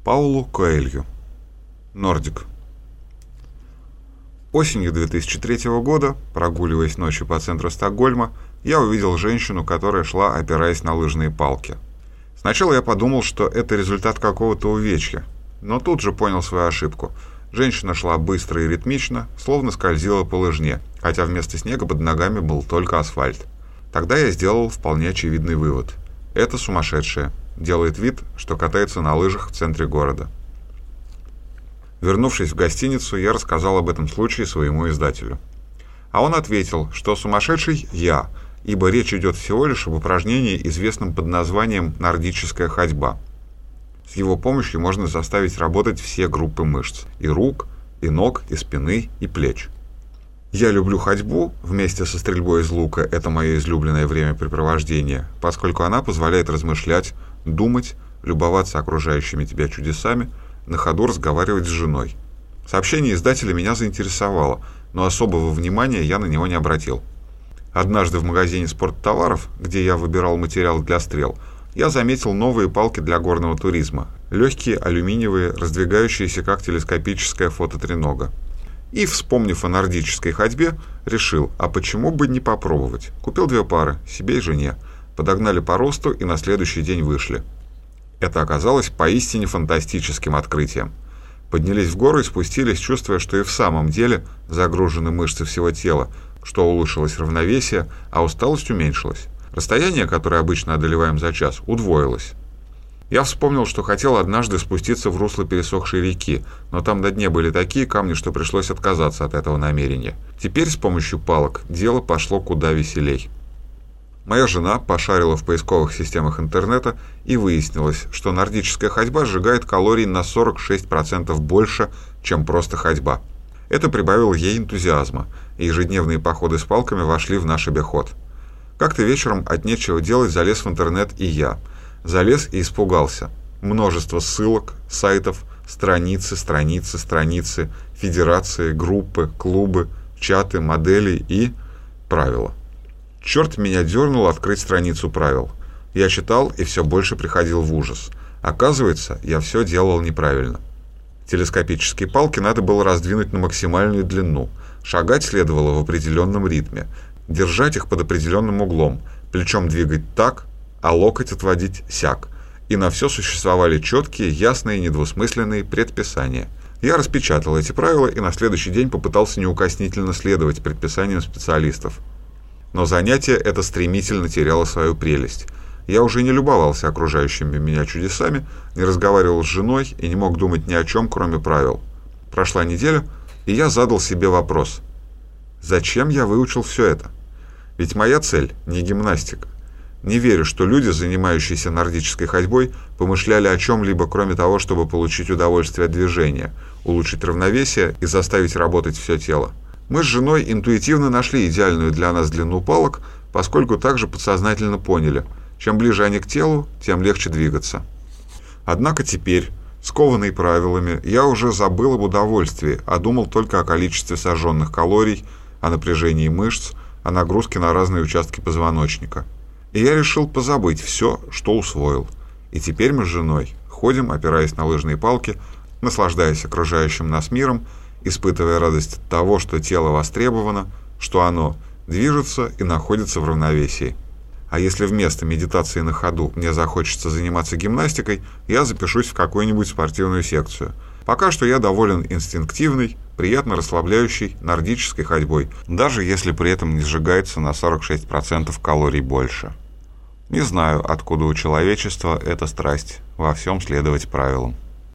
Паулу Коэлью. Нордик. Осенью 2003 года, прогуливаясь ночью по центру Стокгольма, я увидел женщину, которая шла, опираясь на лыжные палки. Сначала я подумал, что это результат какого-то увечья, но тут же понял свою ошибку. Женщина шла быстро и ритмично, словно скользила по лыжне, хотя вместо снега под ногами был только асфальт. Тогда я сделал вполне очевидный вывод. Это сумасшедшая. Делает вид, что катается на лыжах в центре города. Вернувшись в гостиницу, я рассказал об этом случае своему издателю. А он ответил, что сумасшедший я, ибо речь идет всего лишь об упражнении, известном под названием нордическая ходьба. С его помощью можно заставить работать все группы мышц – и рук, и ног, и спины, и плеч. Я люблю ходьбу, вместе со стрельбой из лука – это мое излюбленное времяпрепровождение, поскольку она позволяет размышлять, думать, любоваться окружающими тебя чудесами, на ходу разговаривать с женой. Сообщение издателя меня заинтересовало, но особого внимания я на него не обратил. Однажды в магазине спорттоваров, где я выбирал материал для стрел, я заметил новые палки для горного туризма, легкие, алюминиевые, раздвигающиеся как телескопическая фототренога. И, вспомнив о нордической ходьбе, решил, а почему бы не попробовать. Купил 2 пары, себе и жене, подогнали по росту и на следующий день вышли. Это оказалось поистине фантастическим открытием. Поднялись в гору и спустились, чувствуя, что и в самом деле загружены мышцы всего тела, что улучшилось равновесие, а усталость уменьшилась. Расстояние, которое обычно одолеваем за час, удвоилось. Я вспомнил, что хотел однажды спуститься в русло пересохшей реки, но там на дне были такие камни, что пришлось отказаться от этого намерения. Теперь с помощью палок дело пошло куда веселей. Моя жена пошарила в поисковых системах интернета и выяснилось, что нордическая ходьба сжигает калорий на 46% больше, чем просто ходьба. Это прибавило ей энтузиазма, и ежедневные походы с палками вошли в наш обиход. Как-то вечером от нечего делать залез в интернет и я. Залез и испугался. Множество ссылок, сайтов, страницы, федерации, группы, клубы, чаты, модели и правила. Черт меня дернул открыть страницу правил. Я читал и все больше приходил в ужас. Оказывается, я все делал неправильно. Телескопические палки надо было раздвинуть на максимальную длину. Шагать следовало в определенном ритме. Держать их под определенным углом. Плечом двигать так, а локоть отводить сяк. И на все существовали четкие, ясные, недвусмысленные предписания. Я распечатал эти правила и на следующий день попытался неукоснительно следовать предписаниям специалистов. Но занятие это стремительно теряло свою прелесть. Я уже не любовался окружающими меня чудесами, не разговаривал с женой и не мог думать ни о чем, кроме правил. Прошла неделя, и я задал себе вопрос. Зачем я выучил все это? Ведь моя цель не гимнастика. Не верю, что люди, занимающиеся нордической ходьбой, помышляли о чем-либо, кроме того, чтобы получить удовольствие от движения, улучшить равновесие и заставить работать все тело. Мы с женой интуитивно нашли идеальную для нас длину палок, поскольку также подсознательно поняли, чем ближе они к телу, тем легче двигаться. Однако теперь, скованный правилами, я уже забыл об удовольствии, а думал только о количестве сожженных калорий, о напряжении мышц, о нагрузке на разные участки позвоночника. И я решил позабыть все, что усвоил. И теперь мы с женой ходим, опираясь на лыжные палки, наслаждаясь окружающим нас миром, испытывая радость от того, что тело востребовано, что оно движется и находится в равновесии. А если вместо медитации на ходу мне захочется заниматься гимнастикой, я запишусь в какую-нибудь спортивную секцию. Пока что я доволен инстинктивной, приятно расслабляющей нордической ходьбой, даже если при этом не сжигается на 46% калорий больше. Не знаю, откуда у человечества эта страсть во всем следовать правилам.